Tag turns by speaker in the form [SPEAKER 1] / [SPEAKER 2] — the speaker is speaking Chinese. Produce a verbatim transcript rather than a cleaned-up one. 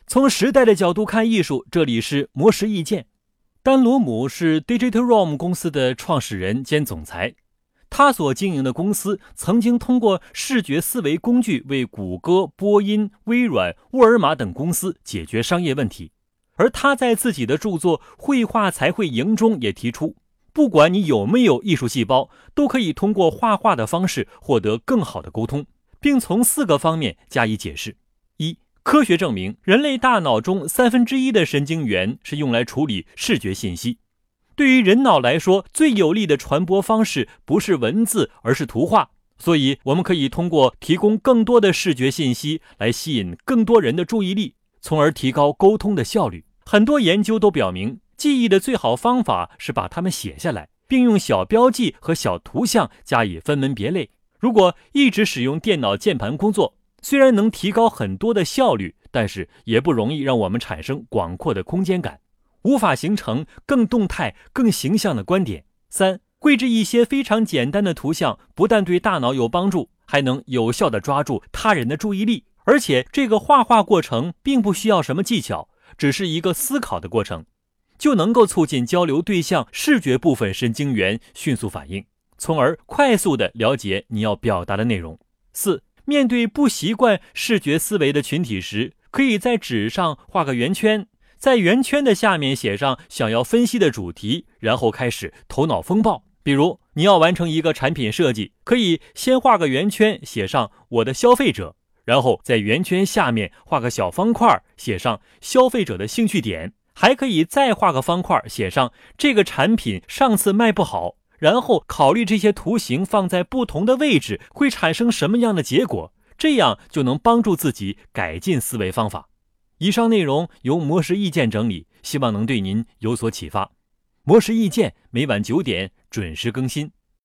[SPEAKER 1] 从时代的角度看艺术，这里是魔石意见。丹罗姆是 Digital-Realm 公司的创始人兼总裁，他所经营的公司曾经通过视觉思维工具为谷歌、波音、微软、沃尔玛等公司解决商业问题。而他在自己的著作《绘画才会赢》中也提出，不管你有没有艺术细胞，都可以通过画画的方式获得更好的沟通，并从四个方面加以解释。一、科学证明，人类大脑中三分之一的神经元是用来处理视觉信息。对于人脑来说，最有力的传播方式不是文字，而是图画。所以我们可以通过提供更多的视觉信息来吸引更多人的注意力，从而提高沟通的效率。很多研究都表明，记忆的最好方法是把它们写下来，并用小标记和小图像加以分门别类。如果一直使用电脑键盘工作，虽然能提高很多的效率，但是也不容易让我们产生广阔的空间感，无法形成更动态、更形象的观点。三、绘制一些非常简单的图像，不但对大脑有帮助，还能有效地抓住他人的注意力。而且这个画画过程并不需要什么技巧，只是一个思考的过程，就能够促进交流对象视觉部分神经元迅速反应，从而快速地了解你要表达的内容。四、面对不习惯视觉思维的群体时，可以在纸上画个圆圈，在圆圈的下面写上想要分析的主题，然后开始头脑风暴。比如你要完成一个产品设计，可以先画个圆圈，写上我的消费者，然后在圆圈下面画个小方块，写上消费者的兴趣点，还可以再画个方块，写上这个产品上次卖不好，然后考虑这些图形放在不同的位置会产生什么样的结果，这样就能帮助自己改进思维方法。以上内容由魔石意见整理，希望能对您有所启发。魔石意见每晚九点准时更新。